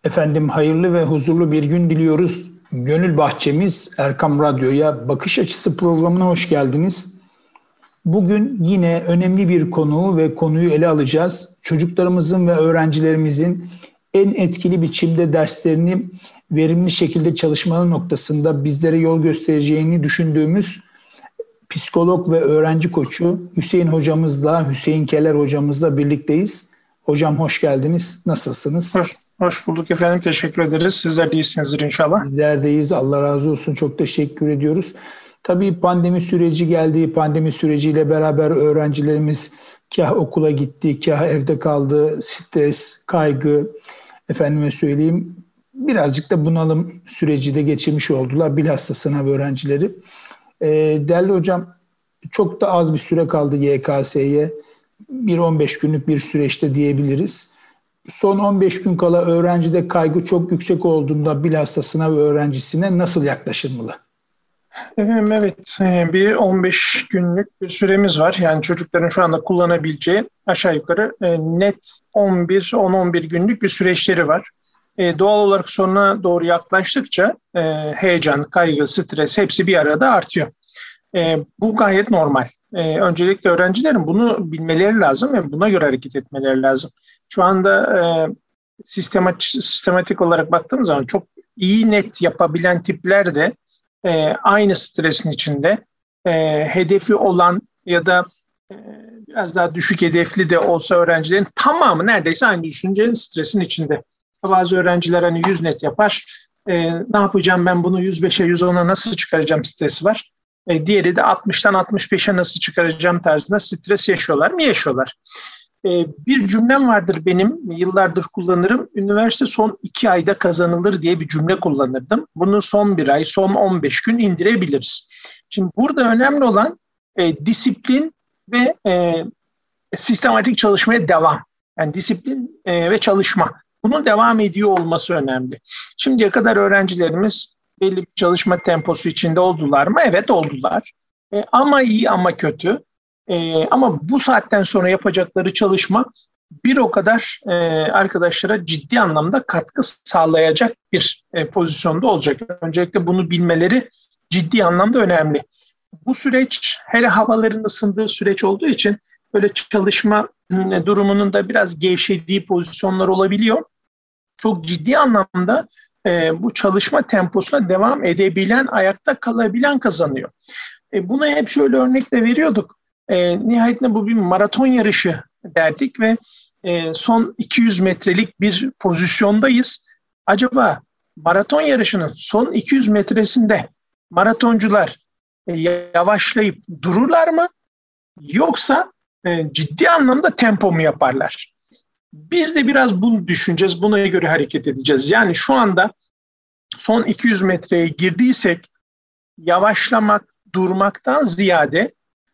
Efendim hayırlı ve huzurlu bir gün diliyoruz. Gönül Bahçemiz Erkam Radyo'ya Bakış Açısı programına hoş geldiniz. Bugün yine önemli bir konu ve konuyu ele alacağız. Çocuklarımızın ve öğrencilerimizin en etkili biçimde derslerini verimli şekilde çalışmanın noktasında bizlere yol göstereceğini düşündüğümüz psikolog ve öğrenci koçu Hüseyin hocamızla, Hüseyin Keller hocamızla birlikteyiz. Hocam hoş geldiniz. Nasılsınız? Hoş bulduk efendim. Teşekkür ederiz. Sizler de iyisinizdir inşallah. Bizler deyiz. Allah razı olsun. Çok teşekkür ediyoruz. Tabii pandemi süreci geldi. Pandemi süreciyle beraber öğrencilerimiz kah okula gitti, kah evde kaldı. Stres, kaygı, efendime söyleyeyim birazcık da bunalım süreci de geçirmiş oldular. Bilhassa sınav öğrencileri. Değerli hocam, çok da az bir süre kaldı YKS'ye. Bir 15 günlük bir süreçte diyebiliriz. Son 15 gün kala öğrencide kaygı çok yüksek olduğunda bilhassa sınav öğrencisine nasıl yaklaşılmalı? Efendim evet, bir 15 günlük bir süremiz var. Yani çocukların şu anda kullanabileceği aşağı yukarı net 10-11 günlük bir süreçleri var. Doğal olarak sonuna doğru yaklaştıkça heyecan, kaygı, stres hepsi bir arada artıyor. Bu gayet normal. Öncelikle öğrencilerin bunu bilmeleri lazım ve buna göre hareket etmeleri lazım. Şu anda sistematik olarak baktığımız zaman çok iyi net yapabilen tipler de aynı stresin içinde hedefi olan ya da biraz daha düşük hedefli de olsa öğrencilerin tamamı neredeyse aynı düşüncenin stresin içinde. Bazı öğrenciler hani 100 net yapar, ne yapacağım ben bunu 105'e 110'a nasıl çıkaracağım stresi var. Diğeri de 60'tan 65'e nasıl çıkaracağım tarzında stres yaşıyorlar mı? Yaşıyorlar. Bir cümlem vardır benim, yıllardır kullanırım. Üniversite son 2 ayda kazanılır diye bir cümle kullanırdım. Bunu son 1 ay, son 15 gün indirebiliriz. Şimdi burada önemli olan disiplin ve sistematik çalışmaya devam. Yani disiplin ve çalışma. Bunun devam ediyor olması önemli. Şimdiye kadar öğrencilerimiz belli bir çalışma temposu içinde oldular mı? Evet oldular. Ama iyi ama kötü. Ama bu saatten sonra yapacakları çalışma bir o kadar arkadaşlara ciddi anlamda katkı sağlayacak bir pozisyonda olacak. Öncelikle bunu bilmeleri ciddi anlamda önemli. Bu süreç hele havaların ısındığı süreç olduğu için böyle çalışma durumunun da biraz gevşediği pozisyonlar olabiliyor. Çok ciddi anlamda bu çalışma temposuna devam edebilen, ayakta kalabilen kazanıyor. Bunu hep şöyle örnekle veriyorduk. Nihayetinde bu bir maraton yarışı derdik ve son 200 metrelik bir pozisyondayız. Acaba maraton yarışının son 200 metresinde maratoncular yavaşlayıp dururlar mı? Yoksa ciddi anlamda tempo mu yaparlar? Biz de biraz bunu düşüneceğiz, buna göre hareket edeceğiz. Yani şu anda son 200 metreye girdiysek yavaşlamak, durmaktan ziyade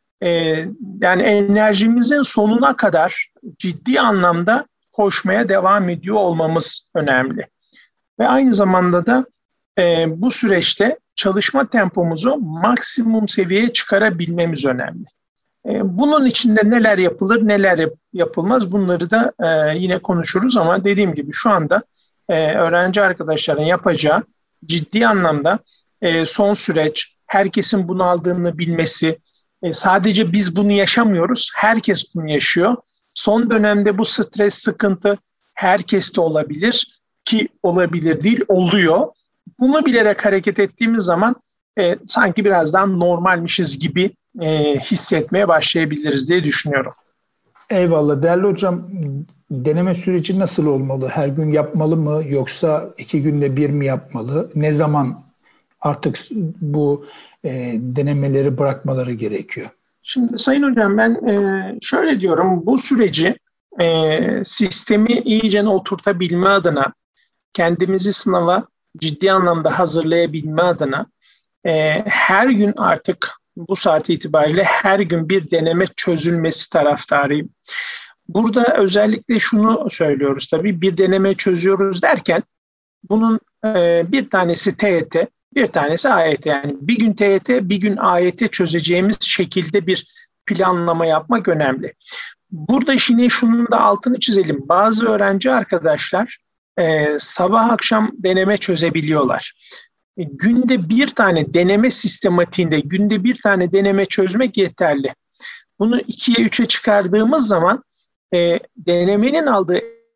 yani enerjimizin sonuna kadar ciddi anlamda koşmaya devam ediyor olmamız önemli. Ve aynı zamanda da bu süreçte çalışma tempomuzu maksimum seviyeye çıkarabilmemiz önemli. Bunun içinde neler yapılır, neler yapılmaz bunları da yine konuşuruz ama dediğim gibi şu anda öğrenci arkadaşların yapacağı ciddi anlamda son süreç, herkesin bunu aldığını bilmesi, sadece biz bunu yaşamıyoruz, herkes bunu yaşıyor. Son dönemde bu stres, sıkıntı herkeste olabilir ki olabilir değil, oluyor. Bunu bilerek hareket ettiğimiz zaman sanki biraz daha normalmişiz gibi hissetmeye başlayabiliriz diye düşünüyorum. Eyvallah. Değerli hocam, deneme süreci nasıl olmalı? Her gün yapmalı mı yoksa 2 günde bir mi yapmalı? Ne zaman artık bu denemeleri bırakmaları gerekiyor? Şimdi Sayın Hocam ben şöyle diyorum, bu süreci sistemi iyice oturtabilme adına, kendimizi sınava ciddi anlamda hazırlayabilme adına her gün artık bu saat itibariyle her gün bir deneme çözülmesi taraftarıyım. Burada özellikle şunu söylüyoruz tabii, bir deneme çözüyoruz derken bunun bir tanesi TYT, bir tanesi AYT. Yani bir gün TYT, bir gün AYT çözeceğimiz şekilde bir planlama yapmak önemli. Burada şimdi şunun da altını çizelim. Bazı öğrenci arkadaşlar sabah akşam deneme çözebiliyorlar. Günde bir tane deneme sistematiğinde günde bir tane deneme çözmek yeterli. Bunu 2'ye 3'e çıkardığımız zaman denemenin aldığı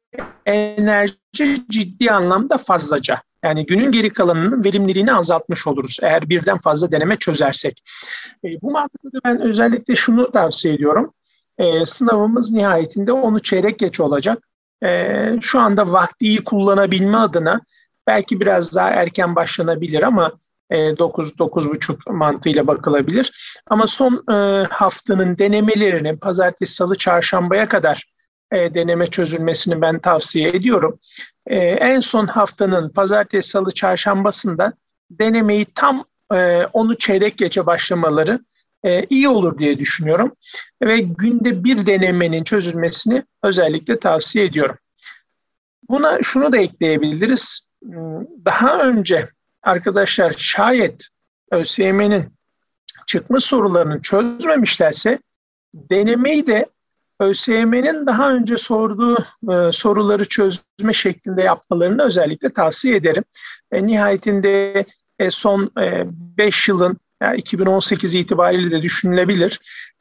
enerji ciddi anlamda fazlaca. Yani günün geri kalanının verimliliğini azaltmış oluruz eğer birden fazla deneme çözersek. Bu mantıkla ben özellikle şunu tavsiye ediyorum. Sınavımız nihayetinde 10'u çeyrek geç olacak. Şu anda vakti iyi kullanabilme adına belki biraz daha erken başlanabilir ama 9-9.30 mantığıyla bakılabilir. Ama son haftanın denemelerini pazartesi, salı, çarşambaya kadar deneme çözülmesini ben tavsiye ediyorum. En son haftanın pazartesi, salı, çarşambasında denemeyi tam 10'u çeyrek geçe başlamaları iyi olur diye düşünüyorum. Ve günde bir denemenin çözülmesini özellikle tavsiye ediyorum. Buna şunu da ekleyebiliriz. Daha önce arkadaşlar şayet ÖSYM'nin çıkmış sorularını çözmemişlerse denemeyi de ÖSYM'nin daha önce sorduğu soruları çözme şeklinde yapmalarını özellikle tavsiye ederim. Nihayetinde son 5 yılın yani 2018 itibariyle de düşünülebilir.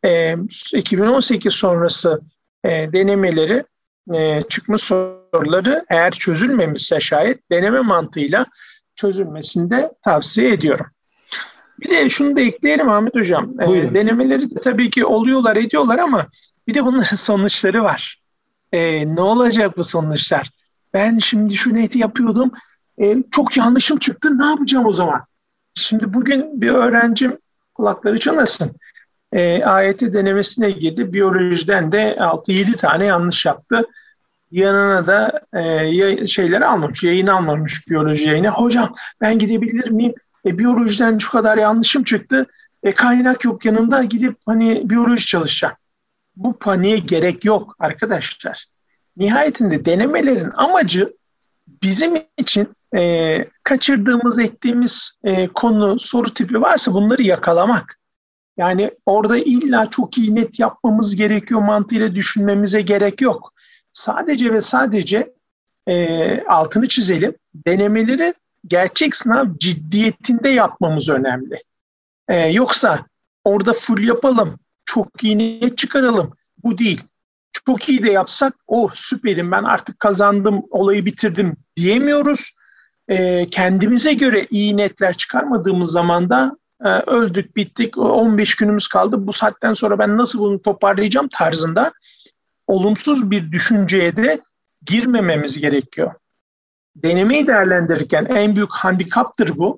2018 sonrası denemeleri çıkmış soruları eğer çözülmemişse şayet deneme mantığıyla çözülmesini de tavsiye ediyorum. Bir de şunu da ekleyelim Ahmet Hocam. Denemeleri de tabii ki oluyorlar, ediyorlar ama bir de bunların sonuçları var. Ne olacak bu sonuçlar? Ben şimdi şu neti yapıyordum. Çok yanlışım çıktı. Ne yapacağım o zaman? Şimdi bugün bir öğrencim kulakları çınlasın. AYT denemesine girdi. Biyolojiden de 6-7 tane yanlış yaptı. Yanına da şeyleri almamış, yayını almamış biyoloji yayını. Hocam ben gidebilir miyim? Biyolojiden şu kadar yanlışım çıktı. Kaynak yok yanımda gidip biyoloji çalışacağım. Bu paniğe gerek yok arkadaşlar. Nihayetinde denemelerin amacı bizim için kaçırdığımız, ettiğimiz konu, soru tipi varsa bunları yakalamak. Yani orada illa çok iyi net yapmamız gerekiyor mantığıyla düşünmemize gerek yok. Sadece ve sadece altını çizelim. Denemeleri gerçek sınav ciddiyetinde yapmamız önemli. Yoksa orada full yapalım, çok iyi net çıkaralım. Bu değil. Çok iyi de yapsak, süperim ben artık kazandım, olayı bitirdim diyemiyoruz. Kendimize göre iyi netler çıkarmadığımız zaman da öldük, bittik, 15 günümüz kaldı. Bu saatten sonra ben nasıl bunu toparlayacağım tarzında olumsuz bir düşünceye de girmememiz gerekiyor. Denemeyi değerlendirirken en büyük handikaptır bu.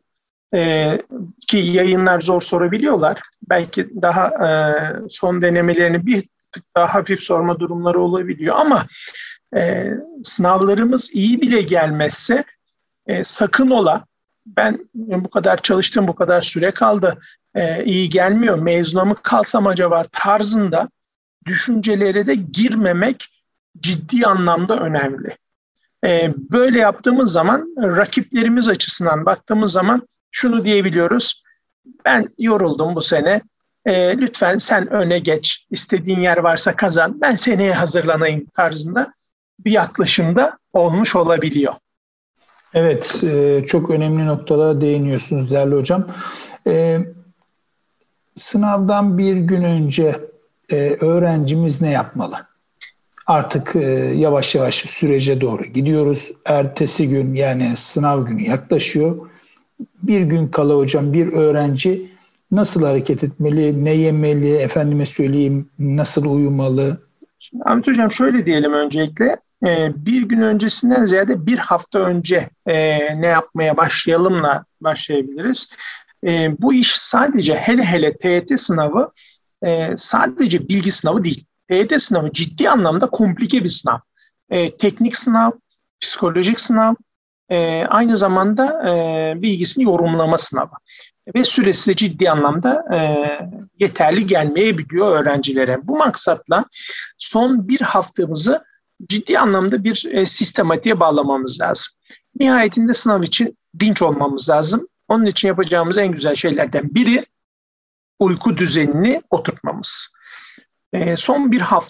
Ki yayınlar zor sorabiliyorlar. Belki daha son denemelerini bir tık daha hafif sorma durumları olabiliyor ama sınavlarımız iyi bile gelmezse sakın ola ben bu kadar çalıştım, bu kadar süre kaldı, iyi gelmiyor, mezuna mı kalsam acaba tarzında düşüncelere de girmemek ciddi anlamda önemli. Böyle yaptığımız zaman rakiplerimiz açısından baktığımız zaman şunu diyebiliyoruz. Ben yoruldum bu sene. Lütfen sen öne geç. İstediğin yer varsa kazan. Ben seneye hazırlanayım tarzında bir yaklaşımda olmuş olabiliyor. Evet, çok önemli noktalara değiniyorsunuz değerli hocam. Sınavdan bir gün önce öğrencimiz ne yapmalı? Artık yavaş yavaş sürece doğru gidiyoruz. Ertesi gün yani sınav günü yaklaşıyor. Bir gün kala hocam bir öğrenci nasıl hareket etmeli, ne yemeli, efendime söyleyeyim nasıl uyumalı? Şimdi Ahmet Hocam şöyle diyelim öncelikle. Bir gün öncesinden ziyade bir hafta önce ne yapmaya başlayalımla başlayabiliriz. Bu iş sadece hele TYT sınavı sadece bilgi sınavı değil. TYT sınavı ciddi anlamda komplike bir sınav. Teknik sınav, psikolojik sınav, aynı zamanda bilgisini yorumlama sınavı. Ve süresi de ciddi anlamda yeterli gelmeyebiliyor öğrencilere. Bu maksatla son bir haftamızı ciddi anlamda bir sistematiğe bağlamamız lazım. Nihayetinde sınav için dinç olmamız lazım. Onun için yapacağımız en güzel şeylerden biri uyku düzenini oturtmamız. Son bir hafta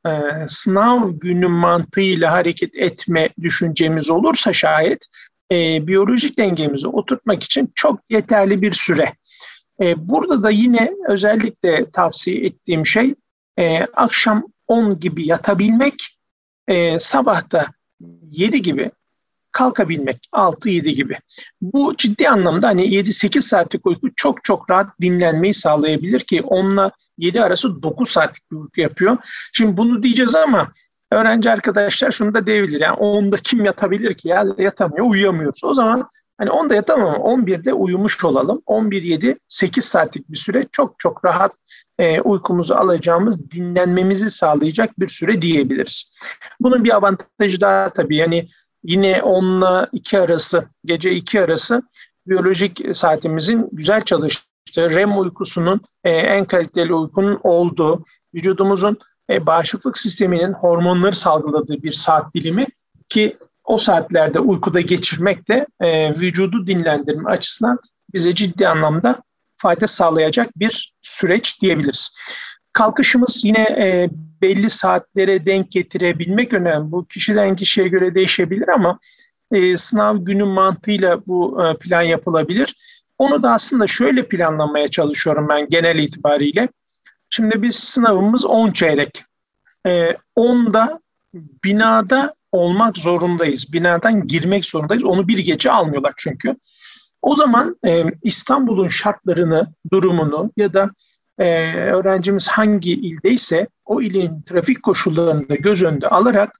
sınav günü mantığıyla hareket etme düşüncemiz olursa şayet biyolojik dengemizi oturtmak için çok yeterli bir süre. Burada da yine özellikle tavsiye ettiğim şey akşam 10 gibi yatabilmek, sabah da 7 gibi kalkabilmek, 6-7 gibi. Bu ciddi anlamda hani 7-8 saatlik uyku çok çok rahat dinlenmeyi sağlayabilir ki 10 ile 7 arası 9 saatlik bir uyku yapıyor. Şimdi bunu diyeceğiz ama öğrenci arkadaşlar şunu da diyebilir. Yani 10'da kim yatabilir ki ya, yatamıyor, uyuyamıyoruz. O zaman hani 10'da yatamam ama 11'de uyumuş olalım. 11-7, 8 saatlik bir süre çok çok rahat uykumuzu alacağımız, dinlenmemizi sağlayacak bir süre diyebiliriz. Bunun bir avantajı daha tabii, yani yine 10 ile 2 arası, gece 2 arası biyolojik saatimizin güzel çalıştığı, REM uykusunun en kaliteli uykunun olduğu, vücudumuzun bağışıklık sisteminin hormonları salgıladığı bir saat dilimi ki o saatlerde uykuda geçirmek de vücudu dinlendirme açısından bize ciddi anlamda fayda sağlayacak bir süreç diyebiliriz. Kalkışımız yine belli saatlere denk getirebilmek önemli. Bu kişiden kişiye göre değişebilir ama sınav günü mantığıyla bu plan yapılabilir. Onu da aslında şöyle planlamaya çalışıyorum ben genel itibariyle. Şimdi biz sınavımız 10 çeyrek. 10'da binada olmak zorundayız. Binadan girmek zorundayız. Onu bir gece almıyorlar çünkü. O zaman İstanbul'un şartlarını, durumunu ya da öğrencimiz hangi ildeyse o ilin trafik koşullarını da göz önünde alarak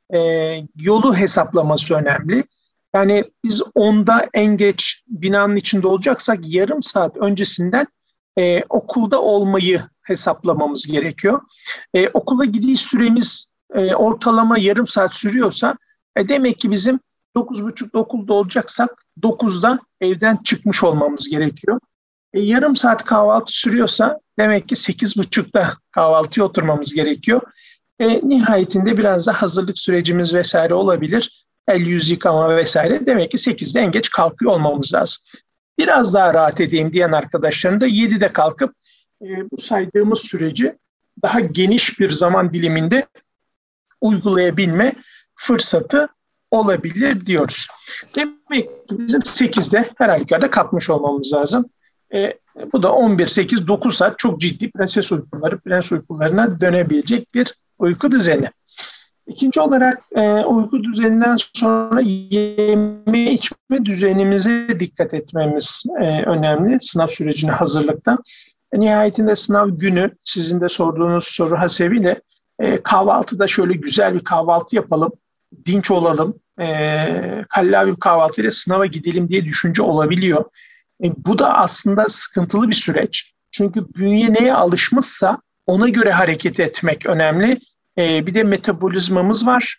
yolu hesaplaması önemli. Yani biz 10'da en geç binanın içinde olacaksak yarım saat öncesinden okulda olmayı hesaplamamız gerekiyor. Okula gidiş süremiz ortalama yarım saat sürüyorsa demek ki bizim 9.30'da okulda olacaksak 9'da evden çıkmış olmamız gerekiyor. Yarım saat kahvaltı sürüyorsa demek ki 8.30'da kahvaltıya oturmamız gerekiyor. Nihayetinde biraz da hazırlık sürecimiz vesaire olabilir. El yüz yıkama vesaire. Demek ki 8'de en geç kalkıyor olmamız lazım. Biraz daha rahat edeyim diyen arkadaşların da 7'de kalkıp bu saydığımız süreci daha geniş bir zaman diliminde uygulayabilme fırsatı olabilir diyoruz. Demek ki bizim 8'de her halükarda kalkmış olmamız lazım. Bu da 11-8-9 saat çok ciddi prens uykularına dönebilecek bir uyku düzeni. İkinci olarak uyku düzeninden sonra yeme içme düzenimize dikkat etmemiz önemli sınav sürecine hazırlıkta. Nihayetinde sınav günü sizin de sorduğunuz soru hasebiyle kahvaltıda şöyle güzel bir kahvaltı yapalım, dinç olalım, kallavi bir kahvaltıyla sınava gidelim diye düşünce olabiliyor. Bu da aslında sıkıntılı bir süreç. Çünkü bünye neye alışmışsa ona göre hareket etmek önemli. Bir de metabolizmamız var.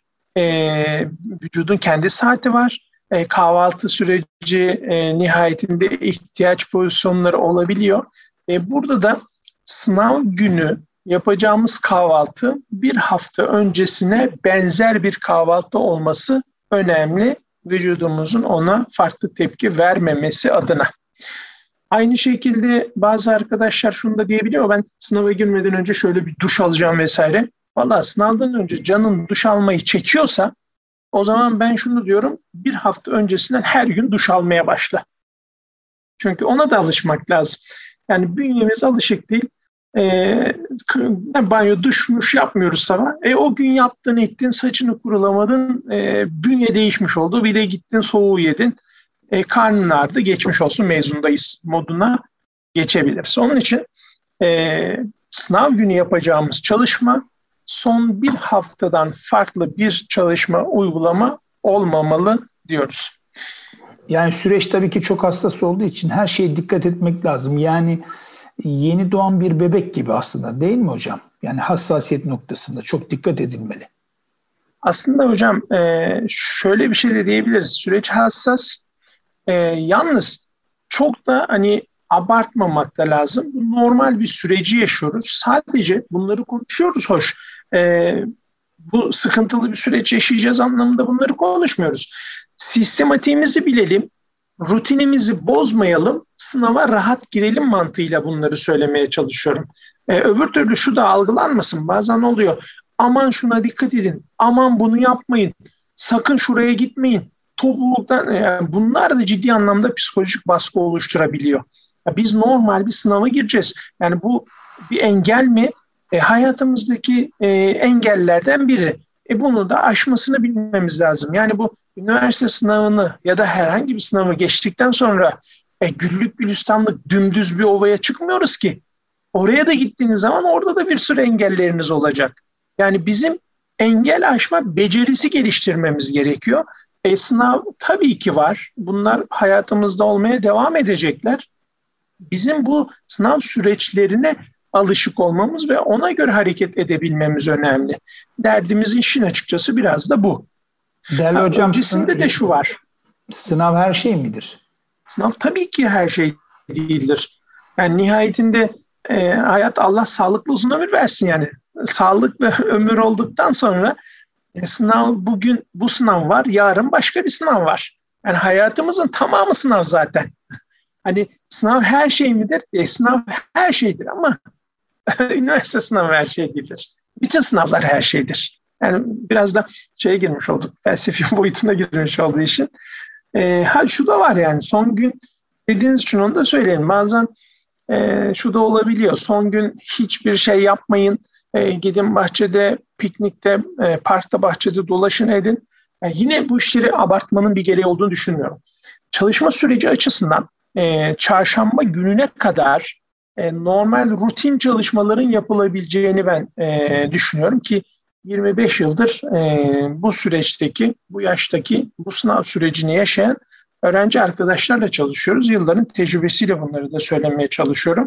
Vücudun kendi saati var. Kahvaltı süreci nihayetinde ihtiyaç pozisyonları olabiliyor. Burada da sınav günü yapacağımız kahvaltı bir hafta öncesine benzer bir kahvaltı olması önemli. Vücudumuzun ona farklı tepki vermemesi adına. Aynı şekilde bazı arkadaşlar şunu da diyebiliyor. Ben sınava girmeden önce şöyle bir duş alacağım vesaire. Vallahi sınavdan önce canın duş almayı çekiyorsa o zaman ben şunu diyorum. Bir hafta öncesinden her gün duş almaya başla. Çünkü ona da alışmak lazım. Yani bünyemiz alışık değil. Banyo duşmuş yapmıyoruz sabah. O gün yaptın ettin, saçını kurulamadın, bünye değişmiş oldu. Bir de gittin soğuğu yedin. Karnın ağrıdı, geçmiş olsun mezundayız moduna geçebiliriz. Onun için sınav günü yapacağımız çalışma son bir haftadan farklı bir çalışma, uygulama olmamalı diyoruz. Yani süreç tabii ki çok hassas olduğu için her şeye dikkat etmek lazım. Yani yeni doğan bir bebek gibi aslında, değil mi hocam? Yani hassasiyet noktasında çok dikkat edilmeli. Aslında hocam şöyle bir şey de diyebiliriz. Süreç hassas. Yalnız çok da hani abartmamak da lazım. Normal bir süreci yaşıyoruz. Sadece bunları konuşuyoruz hoş. Bu sıkıntılı bir süreç yaşayacağız anlamında bunları konuşmuyoruz. Sistematiğimizi bilelim, rutinimizi bozmayalım, sınava rahat girelim mantığıyla bunları söylemeye çalışıyorum. Öbür türlü şu da algılanmasın. Bazen oluyor. Aman şuna dikkat edin, aman bunu yapmayın, sakın şuraya gitmeyin. Topluluktan yani bunlar da ciddi anlamda psikolojik baskı oluşturabiliyor. Ya biz normal bir sınava gireceğiz. Yani bu bir engel mi? Hayatımızdaki engellerden biri. Bunu da aşmasını bilmemiz lazım. Yani bu üniversite sınavını ya da herhangi bir sınavı geçtikten sonra güllük gülistanlık dümdüz bir ovaya çıkmıyoruz ki. Oraya da gittiğiniz zaman orada da bir sürü engelleriniz olacak. Yani bizim engel aşma becerisi geliştirmemiz gerekiyor. Sınav tabii ki var. Bunlar hayatımızda olmaya devam edecekler. Bizim bu sınav süreçlerine alışık olmamız ve ona göre hareket edebilmemiz önemli. Derdimiz işin açıkçası biraz da bu. Değerli hocam, öncesinde de şu var. Sınav her şey midir? Sınav tabii ki her şey değildir. Yani nihayetinde hayat Allah sağlıklı uzun ömür versin yani. Sağlık ve ömür olduktan sonra sınav bugün bu sınav var, yarın başka bir sınav var. Yani hayatımızın tamamı sınav zaten. Hani sınav her şey midir? Sınav her şeydir ama üniversite sınavı her şey değildir. Bütün sınavlar her şeydir. Yani biraz da şeye girmiş olduk, felsefi boyutuna girmiş olduğu için. Şu da var yani son gün dediğiniz için onu da söyleyeyim. Bazen şu da olabiliyor. Son gün hiçbir şey yapmayın. Gidin bahçede, piknikte, parkta, bahçede dolaşın edin. Yine bu işleri abartmanın bir gereği olduğunu düşünmüyorum. Çalışma süreci açısından çarşamba gününe kadar normal rutin çalışmaların yapılabileceğini ben düşünüyorum ki 25 yıldır bu süreçteki, bu yaştaki, bu sınav sürecini yaşayan öğrenci arkadaşlarla çalışıyoruz. Yılların tecrübesiyle bunları da söylemeye çalışıyorum.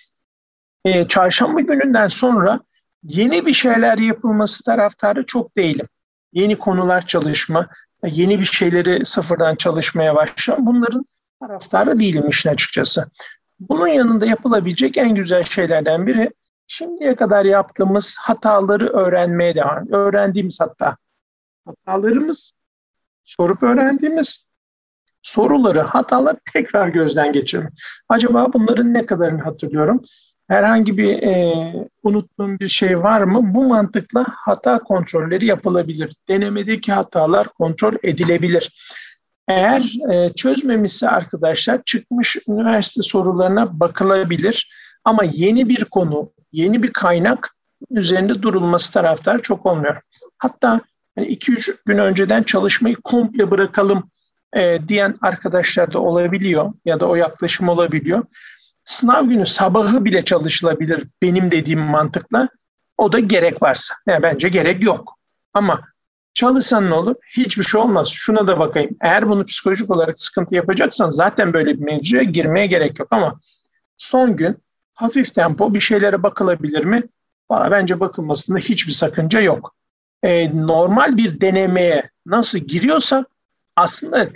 Çarşamba gününden sonra yeni bir şeyler yapılması taraftarı çok değilim. Yeni konular çalışma, yeni bir şeyleri sıfırdan çalışmaya başlama, bunların taraftarı değilim işin açıkçası. Bunun yanında yapılabilecek en güzel şeylerden biri şimdiye kadar yaptığımız hataları öğrenmeye devam. Öğrendiğimiz hatalarımız, sorup öğrendiğimiz soruları, hataları tekrar gözden geçirmek. Acaba bunların ne kadarını hatırlıyorum? Herhangi bir unuttuğum bir şey var mı? Bu mantıkla hata kontrolleri yapılabilir. Denemedeki hatalar kontrol edilebilir. Eğer çözmemişse arkadaşlar çıkmış üniversite sorularına bakılabilir. Ama yeni bir konu, yeni bir kaynak üzerinde durulması taraftarı çok olmuyor. Hatta 2-3 gün önceden çalışmayı komple bırakalım diyen arkadaşlar da olabiliyor ya da o yaklaşım olabiliyor. Sınav günü sabahı bile çalışılabilir benim dediğim mantıkla. O da gerek varsa. Yani bence gerek yok. Ama çalışsan ne olur? Hiçbir şey olmaz. Şuna da bakayım. Eğer bunu psikolojik olarak sıkıntı yapacaksan zaten böyle bir mevzuya girmeye gerek yok. Ama son gün hafif tempo bir şeylere bakılabilir mi? Bence bakılmasında hiçbir sakınca yok. Normal bir denemeye nasıl giriyorsak aslında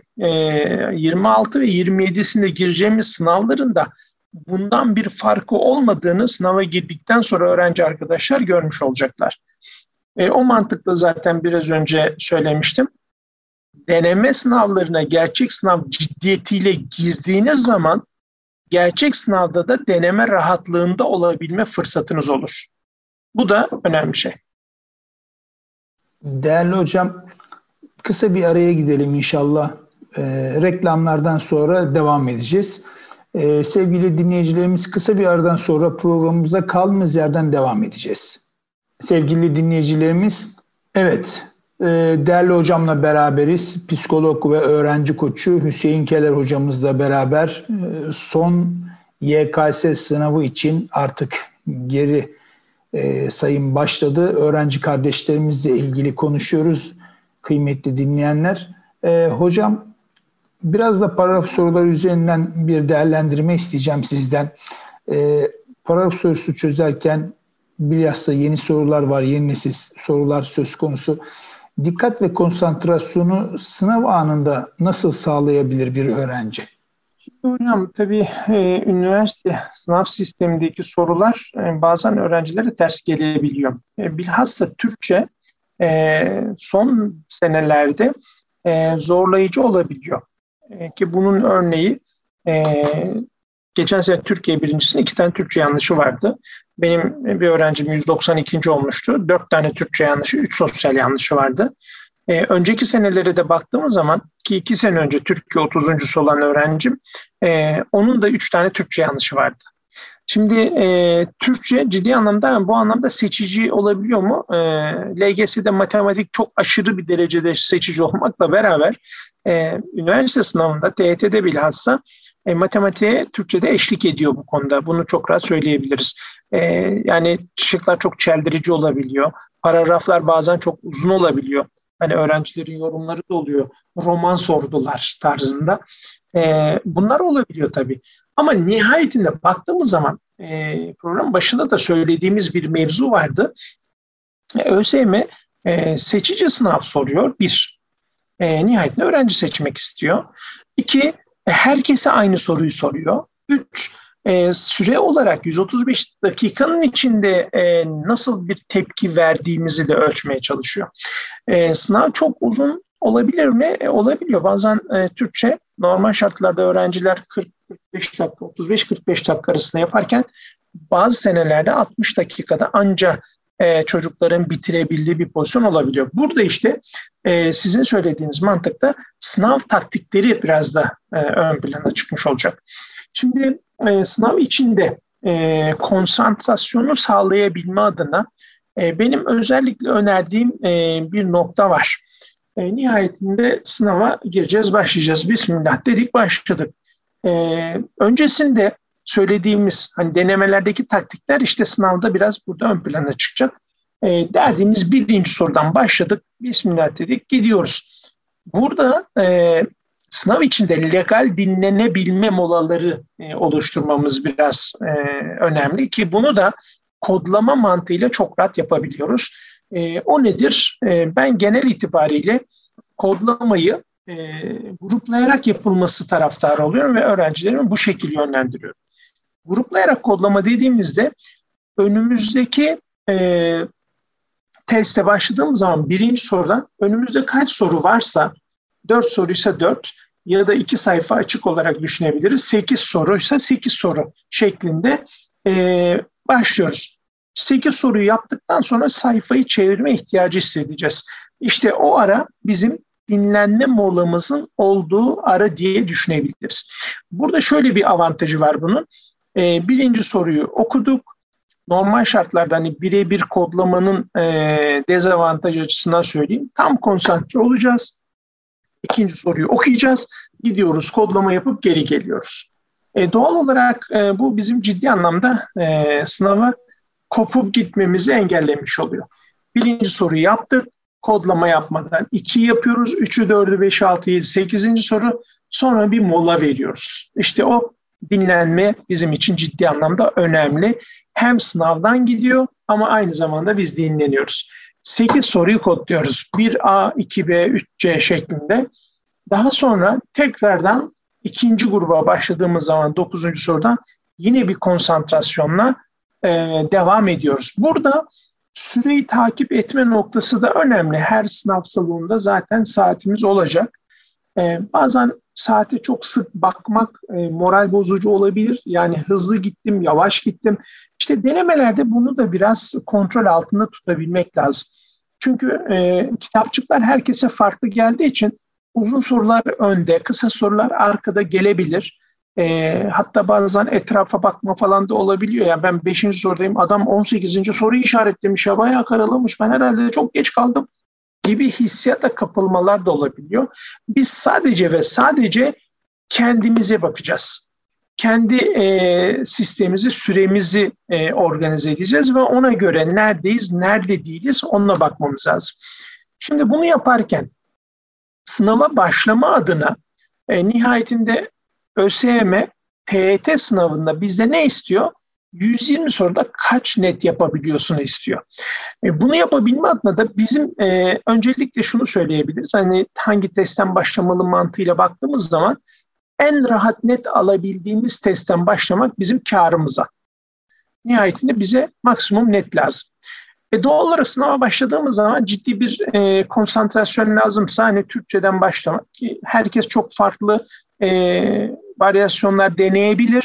26 ve 27'sinde gireceğimiz sınavların da bundan bir farkı olmadığını sınava girdikten sonra öğrenci arkadaşlar görmüş olacaklar. O mantıkla zaten biraz önce söylemiştim. Deneme sınavlarına gerçek sınav ciddiyetiyle girdiğiniz zaman gerçek sınavda da deneme rahatlığında olabilme fırsatınız olur. Bu da önemli bir şey. Değerli hocam, kısa bir araya gidelim inşallah. Reklamlardan sonra devam edeceğiz. Sevgili dinleyicilerimiz, kısa bir aradan sonra programımıza kaldığımız yerden devam edeceğiz. Sevgili dinleyicilerimiz, evet, değerli hocamla beraberiz. Psikolog ve öğrenci koçu Hüseyin Keler hocamızla beraber son YKS sınavı için artık geri sayım başladı. Öğrenci kardeşlerimizle ilgili konuşuyoruz kıymetli dinleyenler. Hocam, biraz da paragraf soruları üzerinden bir değerlendirme isteyeceğim sizden. Paragraf sorusu çözerken bilhassa yeni sorular var, yeni nesil sorular söz konusu. Dikkat ve konsantrasyonu sınav anında nasıl sağlayabilir bir öğrenci? Hocam tabii üniversite sınav sistemindeki sorular bazen öğrencilere ters gelebiliyor. Bilhassa Türkçe son senelerde zorlayıcı olabiliyor. Ki bunun örneği Geçen sene Türkiye birincisinde 2 tane Türkçe yanlışı vardı. Benim bir öğrencim 192. olmuştu. 4 tane Türkçe yanlışı, 3 sosyal yanlışı vardı. Önceki senelere de baktığımız zaman ki 2 sene önce Türkiye 30.sü olan öğrencim, onun da 3 tane Türkçe yanlışı vardı. Şimdi Türkçe ciddi anlamda bu anlamda seçici olabiliyor mu? LGS'de matematik çok aşırı bir derecede seçici olmakla beraber üniversite sınavında TYT'de bilhassa matematiğe Türkçe'de eşlik ediyor bu konuda. Bunu çok rahat söyleyebiliriz. Yani şıklar çok çeldirici olabiliyor. Paragraflar bazen çok uzun olabiliyor. Hani öğrencilerin yorumları da oluyor. Roman sordular tarzında. Bunlar olabiliyor tabii. Ama nihayetinde baktığımız zaman program başında da söylediğimiz bir mevzu vardı. ÖSYM seçici sınav soruyor. 1. Nihayetinde öğrenci seçmek istiyor. 2. Herkese aynı soruyu soruyor. 3. Süre olarak 135 dakikanın içinde nasıl bir tepki verdiğimizi de ölçmeye çalışıyor. Sınav çok uzun olabilir mi? Olabiliyor. Bazen Türkçe normal şartlarda öğrenciler 40-45 dakika, 35-45 dakika arasında yaparken bazı senelerde 60 dakikada anca çocukların bitirebildiği bir pozisyon olabiliyor. Burada işte sizin söylediğiniz mantıkta sınav taktikleri biraz da ön plana çıkmış olacak. Şimdi sınav içinde konsantrasyonu sağlayabilme adına benim özellikle önerdiğim bir nokta var. Nihayetinde sınava gireceğiz, başlayacağız. Bismillah dedik, başladık. Öncesinde söylediğimiz hani denemelerdeki taktikler işte sınavda biraz burada ön plana çıkacak. Derdiğimiz birinci sorudan başladık. Bismillah dedik, gidiyoruz. Burada sınav içinde legal dinlenebilme molaları oluşturmamız biraz önemli ki bunu da kodlama mantığıyla çok rahat yapabiliyoruz. O nedir? Ben genel itibariyle kodlamayı gruplayarak yapılması taraftarı oluyorum ve öğrencilerimi bu şekilde yönlendiriyorum. Gruplayarak kodlama dediğimizde önümüzdeki teste başladığımız zaman birinci sorudan önümüzde kaç soru varsa 4 soruysa 4 ya da 2 sayfa açık olarak düşünebiliriz. 8 soruysa 8 soru şeklinde başlıyoruz. 8 soruyu yaptıktan sonra sayfayı çevirme ihtiyacı hissedeceğiz. İşte o ara bizim dinlenme molamızın olduğu ara diye düşünebiliriz. Burada şöyle bir avantajı var bunun. Birinci soruyu okuduk. Normal şartlarda hani birebir kodlamanın dezavantajı açısından söyleyeyim. Tam konsantre olacağız. İkinci soruyu okuyacağız. Gidiyoruz, kodlama yapıp geri geliyoruz. Doğal olarak bu bizim ciddi anlamda sınava kopup gitmemizi engellemiş oluyor. Birinci soruyu yaptık. Kodlama yapmadan 2'yi yapıyoruz. 3'ü, 4'ü, 5'i, 6'yı, 7'i, 8. soru. Sonra bir mola veriyoruz. İşte o dinlenme bizim için ciddi anlamda önemli. Hem sınavdan gidiyor ama aynı zamanda biz dinleniyoruz. 8 soruyu kodluyoruz. 1A, 2B, 3C şeklinde. Daha sonra tekrardan ikinci gruba başladığımız zaman 9. sorudan yine bir konsantrasyonla devam ediyoruz. Burada süreyi takip etme noktası da önemli. Her sınav salonunda zaten saatimiz olacak. Bazen saate çok sık bakmak moral bozucu olabilir. Yani hızlı gittim, yavaş gittim. İşte denemelerde bunu da biraz kontrol altında tutabilmek lazım. Çünkü kitapçıklar herkese farklı geldiği için uzun sorular önde, kısa sorular arkada gelebilir. Hatta bazen etrafa bakma falan da olabiliyor. Yani ben 5. sorudayım, adam 18. soruyu işaretlemiş ya, bayağı karalamış, ben herhalde çok geç kaldım gibi hissiyatla kapılmalar da olabiliyor. Biz sadece ve sadece kendimize bakacağız. Kendi sistemimizi, süremizi organize edeceğiz ve ona göre neredeyiz, nerede değiliz onunla bakmamız lazım. Şimdi bunu yaparken sınava başlama adına nihayetinde ÖSYM TYT sınavında bizde ne istiyor? 120 soruda kaç net yapabiliyorsun istiyor. Bunu yapabilme adına da bizim öncelikle şunu söyleyebiliriz. Hani hangi testten başlamalı mantığıyla baktığımız zaman en rahat net alabildiğimiz testten başlamak bizim kârımıza. Nihayetinde bize maksimum net lazım. Doğal olarak sınava başladığımız zaman ciddi bir konsantrasyon lazımsa hani Türkçeden başlamak ki herkes çok farklı varyasyonlar deneyebilir.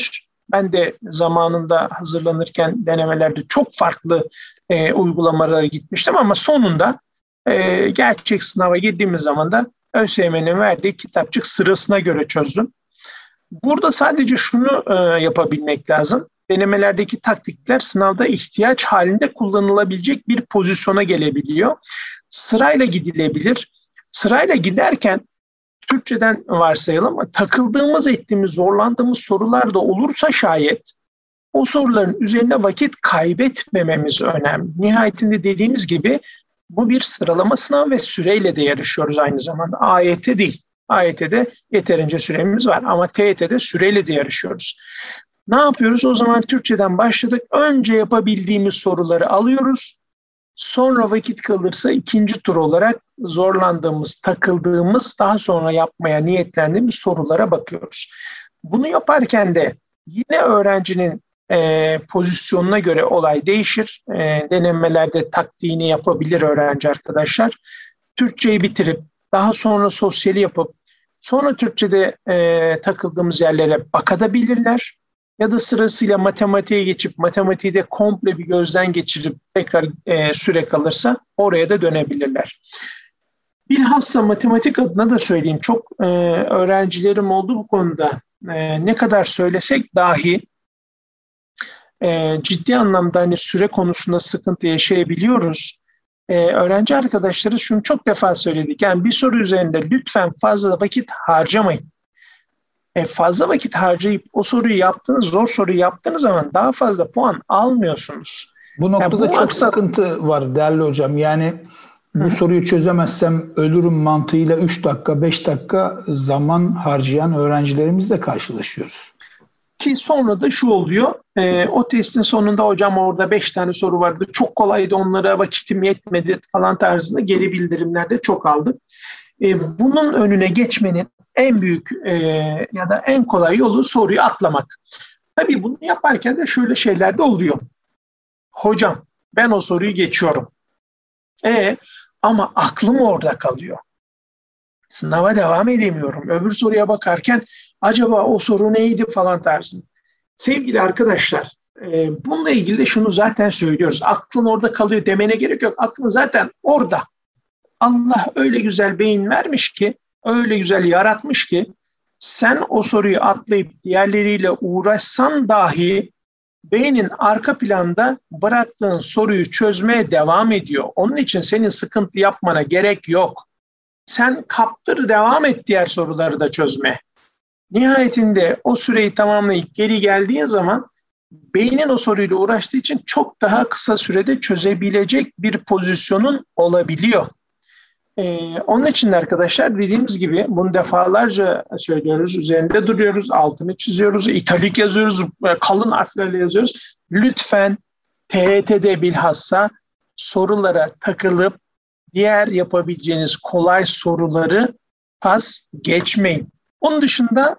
Ben de zamanında hazırlanırken denemelerde çok farklı uygulamalara gitmiştim ama sonunda gerçek sınava girdiğimiz zaman da ÖSYM'nin verdiği kitapçık sırasına göre çözdüm. Burada sadece şunu yapabilmek lazım. Denemelerdeki taktikler sınavda ihtiyaç halinde kullanılabilecek bir pozisyona gelebiliyor. Sırayla gidilebilir. Sırayla giderken Türkçeden varsayalım ama takıldığımız, ettiğimiz, zorlandığımız sorular da olursa şayet o soruların üzerine vakit kaybetmememiz önemli. Nihayetinde dediğimiz gibi bu bir sıralama sınavı ve süreyle de yarışıyoruz aynı zamanda. AYT değil. AYT'de yeterince süremiz var ama TYT'de süreyle de yarışıyoruz. Ne yapıyoruz? O zaman Türkçeden başladık. Önce yapabildiğimiz soruları alıyoruz. Sonra vakit kalırsa ikinci tur olarak zorlandığımız, takıldığımız, daha sonra yapmaya niyetlendiğimiz sorulara bakıyoruz. Bunu yaparken de yine öğrencinin pozisyonuna göre olay değişir. Denemelerde taktiğini yapabilir öğrenci arkadaşlar. Türkçeyi bitirip daha sonra sosyali yapıp sonra Türkçe'de takıldığımız yerlere bakabilirler. Ya da sırasıyla matematiğe geçip matematiği de komple bir gözden geçirip tekrar süre kalırsa oraya da dönebilirler. Bilhassa matematik adına da söyleyeyim. Çok öğrencilerim oldu bu konuda. Ne kadar söylesek dahi ciddi anlamda hani süre konusunda sıkıntı yaşayabiliyoruz. Öğrenci arkadaşları şunu çok defa söyledik. Yani bir soru üzerinde lütfen fazla vakit harcamayın. Fazla vakit harcayıp o soruyu yaptığınız, zor soruyu yaptığınız zaman daha fazla puan almıyorsunuz. Bu noktada yani çok sıkıntı var değerli hocam. Yani bu soruyu çözemezsem ölürüm mantığıyla 3 dakika, 5 dakika zaman harcayan öğrencilerimizle karşılaşıyoruz. Ki sonra da şu oluyor, o testin sonunda hocam orada 5 tane soru vardı, çok kolaydı, onlara vakitim yetmedi falan tarzında geri bildirimler de çok aldık. Bunun önüne geçmenin en büyük ya da en kolay yolu soruyu atlamak. Tabii bunu yaparken de şöyle şeyler de oluyor. Hocam ben o soruyu geçiyorum. Ama aklım orada kalıyor. Sınava devam edemiyorum. Öbür soruya bakarken acaba o soru neydi falan tarzında. Sevgili arkadaşlar, bununla ilgili de şunu zaten söylüyoruz. Aklın orada kalıyor demene gerek yok. Aklın zaten orada. Allah öyle güzel beyin vermiş ki, öyle güzel yaratmış ki sen o soruyu atlayıp diğerleriyle uğraşsan dahi beynin arka planda bıraktığın soruyu çözmeye devam ediyor. Onun için senin sıkıntı yapmana gerek yok. Sen kaptır, devam et diğer soruları da çözmeye. Nihayetinde o süreyi tamamlayıp geri geldiğin zaman beynin o soruyla uğraştığı için çok daha kısa sürede çözebilecek bir pozisyonun olabiliyor. Onun için de arkadaşlar dediğimiz gibi bunu defalarca söylüyoruz, üzerinde duruyoruz, altını çiziyoruz, italik yazıyoruz, kalın harflerle yazıyoruz. Lütfen TYT'de bilhassa sorulara takılıp diğer yapabileceğiniz kolay soruları pas geçmeyin. Onun dışında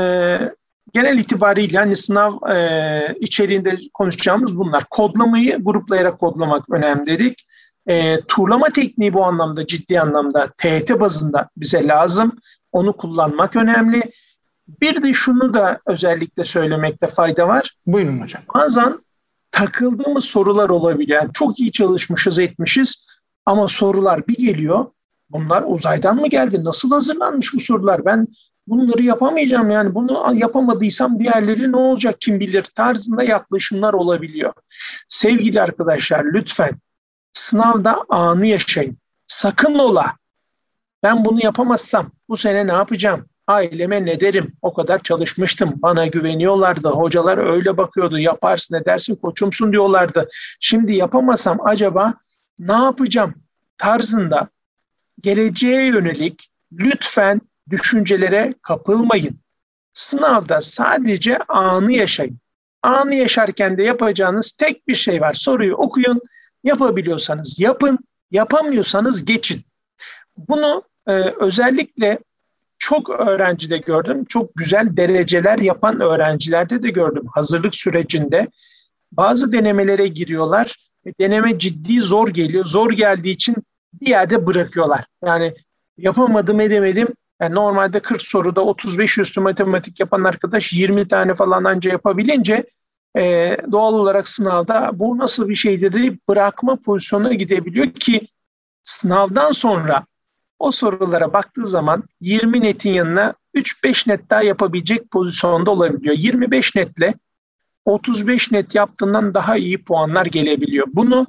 genel itibariyle hani sınav içeriğinde konuşacağımız bunlar. Kodlamayı gruplayarak kodlamak önemli dedik. Turlama tekniği bu anlamda ciddi anlamda TYT bazında bize lazım. Onu kullanmak önemli. Bir de şunu da özellikle söylemekte fayda var. Buyurun hocam. Bazen takıldığımız sorular olabiliyor. Yani çok iyi çalışmışız, etmişiz ama sorular bir geliyor. Bunlar uzaydan mı geldi? Nasıl hazırlanmış bu sorular? Ben bunları yapamayacağım, yani bunu yapamadıysam diğerleri ne olacak kim bilir tarzında yaklaşımlar olabiliyor. Sevgili arkadaşlar, lütfen sınavda anı yaşayın. Sakın ola ben bunu yapamazsam bu sene ne yapacağım? Aileme ne derim? O kadar çalışmıştım. Bana güveniyorlardı. Hocalar öyle bakıyordu. Yaparsın edersin koçumsun diyorlardı. Şimdi yapamasam acaba ne yapacağım tarzında geleceğe yönelik lütfen düşüncelere kapılmayın. Sınavda sadece anı yaşayın. Anı yaşarken de yapacağınız tek bir şey var. Soruyu okuyun. Yapabiliyorsanız yapın. Yapamıyorsanız geçin. Bunu özellikle çok öğrencide gördüm. Çok güzel dereceler yapan öğrencilerde de gördüm. Hazırlık sürecinde bazı denemelere giriyorlar. Deneme ciddi zor geliyor. Zor geldiği için bir yerde bırakıyorlar. Yani yapamadım edemedim. Yani normalde 40 soruda 35 üstü matematik yapan arkadaş 20 tane falan anca yapabilince doğal olarak sınavda bu nasıl bir şeydir deyip bırakma pozisyonuna gidebiliyor ki sınavdan sonra o sorulara baktığı zaman 20 netin yanına 3-5 net daha yapabilecek pozisyonda olabiliyor. 25 netle 35 net yaptığından daha iyi puanlar gelebiliyor. Bunu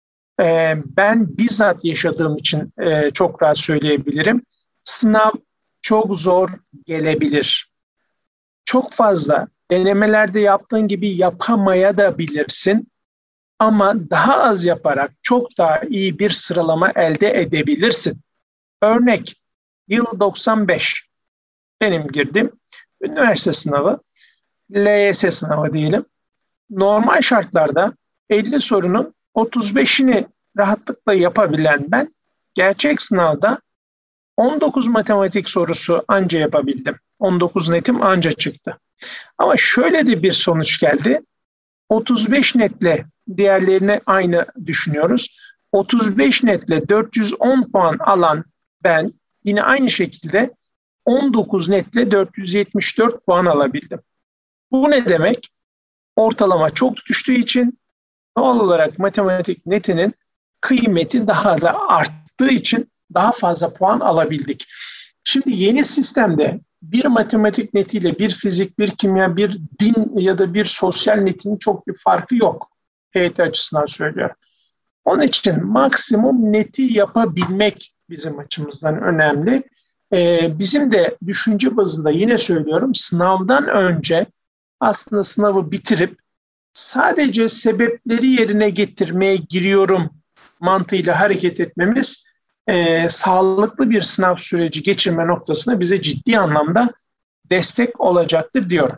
ben bizzat yaşadığım için çok rahat söyleyebilirim. Sınav çok zor gelebilir. Çok fazla denemelerde yaptığın gibi yapamaya da bilirsin. Ama daha az yaparak çok daha iyi bir sıralama elde edebilirsin. Örnek, yıl 95. Benim girdim. Üniversite sınavı, LYS sınavı diyelim. Normal şartlarda 50 sorunun 35'ini rahatlıkla yapabilen ben, gerçek sınavda 19 matematik sorusu anca yapabildim. 19 netim anca çıktı. Ama şöyle de bir sonuç geldi. 35 netle diğerlerine aynı düşünüyoruz. 35 netle 410 puan alan ben yine aynı şekilde 19 netle 474 puan alabildim. Bu ne demek? Ortalama çok düştüğü için doğal olarak matematik netinin kıymeti daha da arttığı için daha fazla puan alabildik. Şimdi yeni sistemde bir matematik netiyle bir fizik, bir kimya, bir din ya da bir sosyal netin çok bir farkı yok. TYT açısından söylüyorum. Onun için maksimum neti yapabilmek bizim açımızdan önemli. Bizim de düşünce bazında yine söylüyorum, sınavdan önce aslında sınavı bitirip sadece sebepleri yerine getirmeye giriyorum mantığıyla hareket etmemiz sağlıklı bir sınav süreci geçirme noktasına bize ciddi anlamda destek olacaktır diyorum.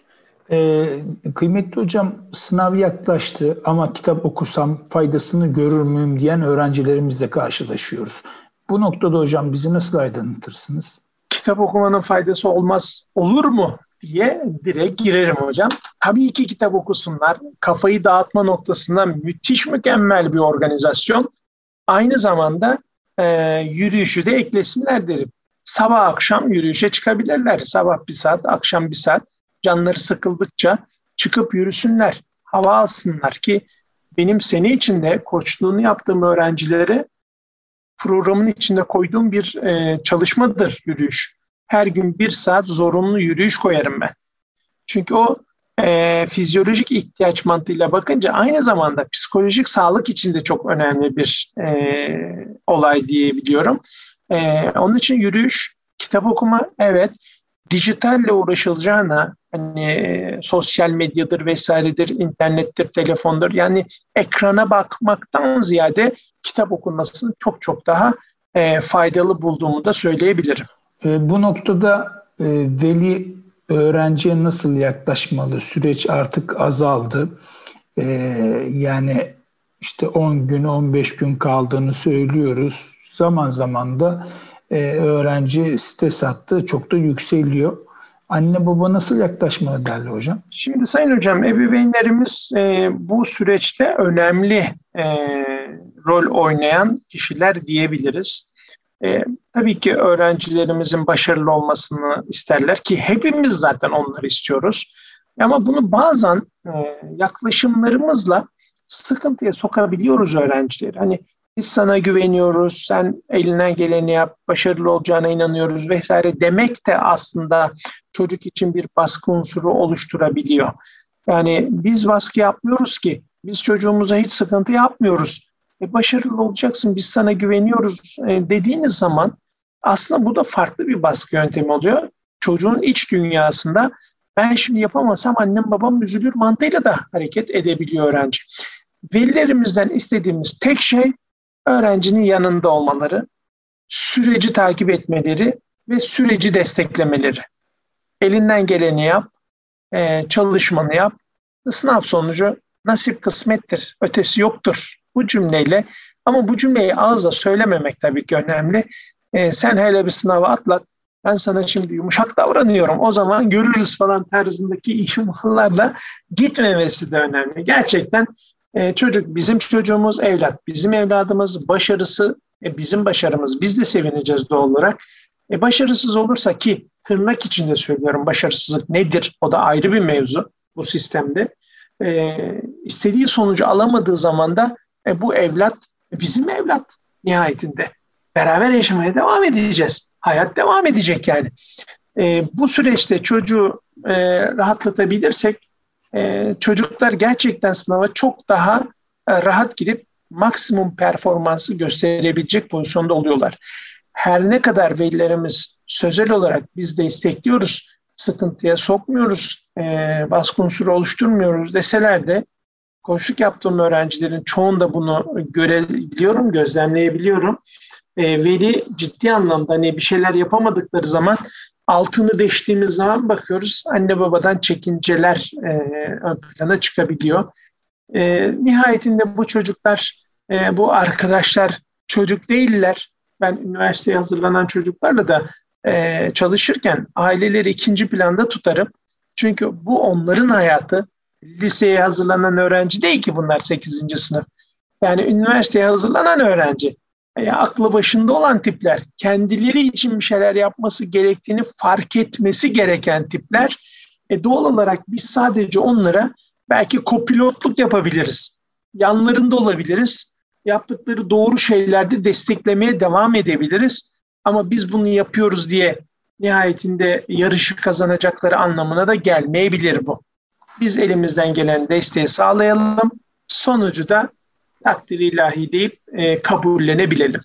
Kıymetli hocam, sınav yaklaştı ama kitap okusam faydasını görür müyüm diyen öğrencilerimizle karşılaşıyoruz. Bu noktada hocam bizi nasıl aydınlatırsınız? Kitap okumanın faydası olmaz olur mu diye direkt girerim hocam. Tabii ki kitap okusunlar. Kafayı dağıtma noktasında müthiş mükemmel bir organizasyon. Aynı zamanda yürüyüşü de eklesinler derim. Sabah akşam yürüyüşe çıkabilirler. Sabah 1 saat, akşam 1 saat. Canları sıkıldıkça çıkıp yürüsünler. Hava alsınlar ki benim sene içinde koçluğunu yaptığım öğrencilere programın içinde koyduğum bir çalışmadır yürüyüş. Her gün 1 saat zorunlu yürüyüş koyarım ben. Çünkü o fizyolojik ihtiyaç mantığıyla bakınca aynı zamanda psikolojik sağlık için de çok önemli bir olay diyebiliyorum. Onun için yürüyüş, kitap okuma, evet, dijitalle uğraşılacağına hani sosyal medyadır vesairedir, internettir, telefondur, yani ekrana bakmaktan ziyade kitap okunmasını çok çok daha faydalı bulduğumu da söyleyebilirim. Bu noktada veli öğrenciye nasıl yaklaşmalı? Süreç artık azaldı. Yani işte 10 gün, 15 gün kaldığını söylüyoruz. Zaman zaman da öğrenci stres hattı çok da yükseliyor. Anne baba nasıl yaklaşmalı değerli hocam? Şimdi sayın hocam, ebeveynlerimiz bu süreçte önemli rol oynayan kişiler diyebiliriz. Tabii ki öğrencilerimizin başarılı olmasını isterler ki hepimiz zaten onları istiyoruz. Ama bunu bazen yaklaşımlarımızla sıkıntıya sokabiliyoruz öğrencileri. Hani biz sana güveniyoruz, sen elinden geleni yap, başarılı olacağına inanıyoruz vesaire demek de aslında çocuk için bir baskı unsuru oluşturabiliyor. Yani biz baskı yapmıyoruz ki, biz çocuğumuza hiç sıkıntı yapmıyoruz. Başarılı olacaksın, biz sana güveniyoruz dediğiniz zaman aslında bu da farklı bir baskı yöntemi oluyor. Çocuğun iç dünyasında ben şimdi yapamasam annem babam üzülür mantığıyla da hareket edebiliyor öğrenci. Velilerimizden istediğimiz tek şey öğrencinin yanında olmaları, süreci takip etmeleri ve süreci desteklemeleri. Elinden geleni yap, çalışmanı yap, sınav sonucu nasip kısmettir, ötesi yoktur. Bu cümleyle, ama bu cümleyi ağızla söylememek tabii ki önemli. Sen hele bir sınava atlat, ben sana şimdi yumuşak davranıyorum, o zaman görürüz falan tarzındaki ihmallarla gitmemesi de önemli. Gerçekten çocuk bizim çocuğumuz, evlat bizim evladımız, başarısı bizim başarımız. Biz de sevineceğiz doğal olarak. Başarısız olursa, ki tırnak içinde söylüyorum, başarısızlık nedir? O da ayrı bir mevzu bu sistemde. İstediği sonucu alamadığı zaman da bu evlat bizim evlat nihayetinde. Beraber yaşamaya devam edeceğiz. Hayat devam edecek yani. Bu süreçte çocuğu rahatlatabilirsek çocuklar gerçekten sınava çok daha rahat girip maksimum performansı gösterebilecek pozisyonda oluyorlar. Her ne kadar velilerimiz sözel olarak biz destekliyoruz, sıkıntıya sokmuyoruz, baskı unsuru oluşturmuyoruz deseler de koçluk yaptığım öğrencilerin çoğunda bunu görebiliyorum, gözlemleyebiliyorum. Veli ciddi anlamda hani bir şeyler yapamadıkları zaman altını deştiğimiz zaman bakıyoruz anne babadan çekinceler ön plana çıkabiliyor. Nihayetinde bu çocuklar, bu arkadaşlar çocuk değiller. Ben üniversiteye hazırlanan çocuklarla da çalışırken aileleri ikinci planda tutarım. Çünkü bu onların hayatı. Liseye hazırlanan öğrenci değil ki bunlar 8. sınıf. Yani üniversiteye hazırlanan öğrenci. Aklı başında olan tipler, kendileri için bir şeyler yapması gerektiğini fark etmesi gereken tipler. Doğal olarak biz sadece onlara belki kopilotluk yapabiliriz. Yanlarında olabiliriz. Yaptıkları doğru şeylerde desteklemeye devam edebiliriz. Ama biz bunu yapıyoruz diye nihayetinde yarışı kazanacakları anlamına da gelmeyebilir bu. Biz elimizden gelen desteği sağlayalım. Sonucu da takdir ilahi deyip kabullenebilelim.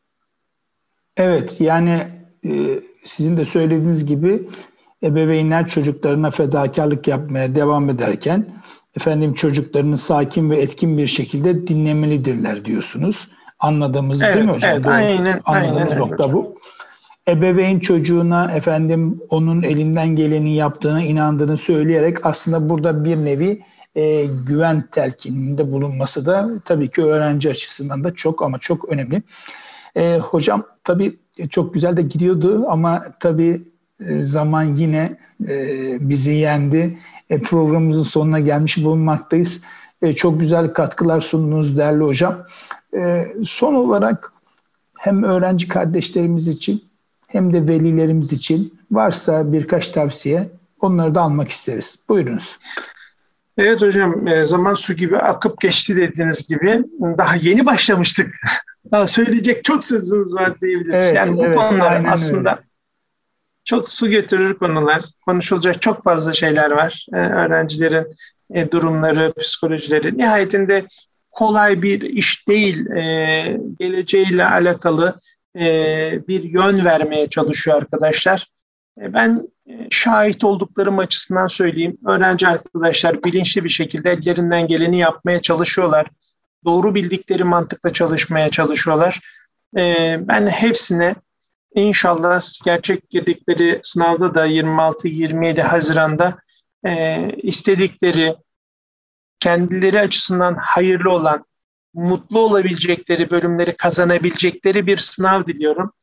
Evet, yani sizin de söylediğiniz gibi ebeveynler çocuklarına fedakarlık yapmaya devam ederken çocuklarını sakin ve etkin bir şekilde dinlemelidirler diyorsunuz. Anladığımız değil mi hocam? Evet, aynen nokta bu. Ebeveyn çocuğuna onun elinden geleni yaptığını, inandığını söyleyerek aslında burada bir nevi güven telkininde bulunması da tabii ki öğrenci açısından da çok ama çok önemli. Hocam tabii çok güzel de gidiyordu ama tabii zaman yine bizi yendi. Programımızın sonuna gelmiş bulunmaktayız. Çok güzel katkılar sundunuz değerli hocam. Son olarak hem öğrenci kardeşlerimiz için hem de velilerimiz için varsa birkaç tavsiye, onları da almak isteriz. Buyurunuz. Evet hocam, zaman su gibi akıp geçti dediğiniz gibi daha yeni başlamıştık. Daha söyleyecek çok sözümüz var diyebiliriz. Evet, yani bu konular aslında çok su götürür konular. Konuşulacak çok fazla şeyler var. Öğrencilerin durumları, psikolojileri. Nihayetinde kolay bir iş değil. Geleceğiyle alakalı bir yön vermeye çalışıyor arkadaşlar. Ben şahit olduklarım açısından söyleyeyim. Öğrenci arkadaşlar bilinçli bir şekilde ellerinden geleni yapmaya çalışıyorlar. Doğru bildikleri mantıkla çalışmaya çalışıyorlar. Ben hepsine inşallah gerçek girdikleri sınavda da 26-27 Haziran'da istedikleri, kendileri açısından hayırlı olan, mutlu olabilecekleri bölümleri kazanabilecekleri bir sınav diliyorum.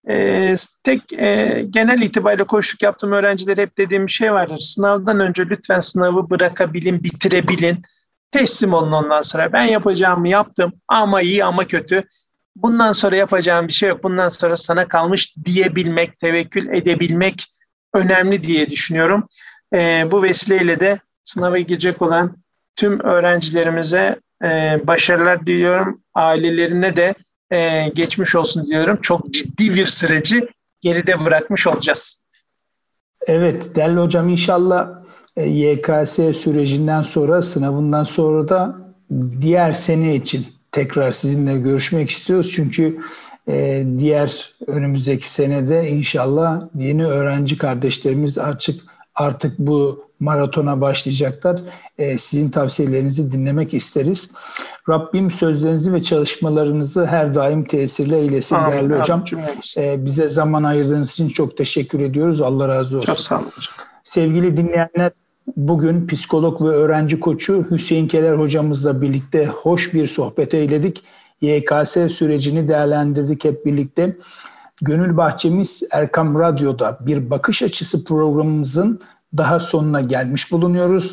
Genel itibariyle koçluk yaptığım öğrencilere hep dediğim bir şey vardır. Sınavdan önce lütfen sınavı bırakabilin, bitirebilin. Teslim olun ondan sonra. Ben yapacağımı yaptım ama iyi ama kötü. Bundan sonra yapacağım bir şey yok. Bundan sonra sana kalmış diyebilmek, tevekkül edebilmek önemli diye düşünüyorum. Bu vesileyle de sınava girecek olan tüm öğrencilerimize başarılar diliyorum. Ailelerine de geçmiş olsun diyorum. Çok ciddi bir süreci geride bırakmış olacağız. Evet değerli hocam, inşallah YKS sürecinden sonra, sınavından sonra da diğer sene için tekrar sizinle görüşmek istiyoruz. Çünkü diğer önümüzdeki senede inşallah yeni öğrenci kardeşlerimiz artık bu maratona başlayacaklar. Sizin tavsiyelerinizi dinlemek isteriz. Rabbim sözlerinizi ve çalışmalarınızı her daim tesirli eylesin değerli hocam. Bize zaman ayırdığınız için çok teşekkür ediyoruz. Allah razı olsun. Çok sağ olun hocam. Sevgili dinleyenler, bugün psikolog ve öğrenci koçu Hüseyin Keler hocamızla birlikte hoş bir sohbet eyledik. YKS sürecini değerlendirdik hep birlikte. Gönül Bahçemiz Erkam Radyo'da bir bakış açısı programımızın daha sonuna gelmiş bulunuyoruz.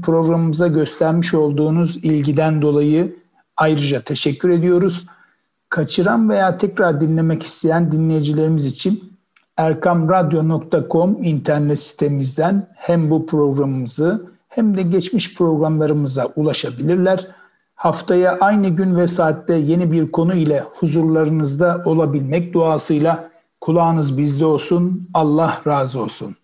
Programımıza göstermiş olduğunuz ilgiden dolayı ayrıca teşekkür ediyoruz. Kaçıran veya tekrar dinlemek isteyen dinleyicilerimiz için erkamradyo.com internet sitemizden hem bu programımızı hem de geçmiş programlarımıza ulaşabilirler. Haftaya aynı gün ve saatte yeni bir konu ile huzurlarınızda olabilmek duasıyla kulağınız bizde olsun. Allah razı olsun.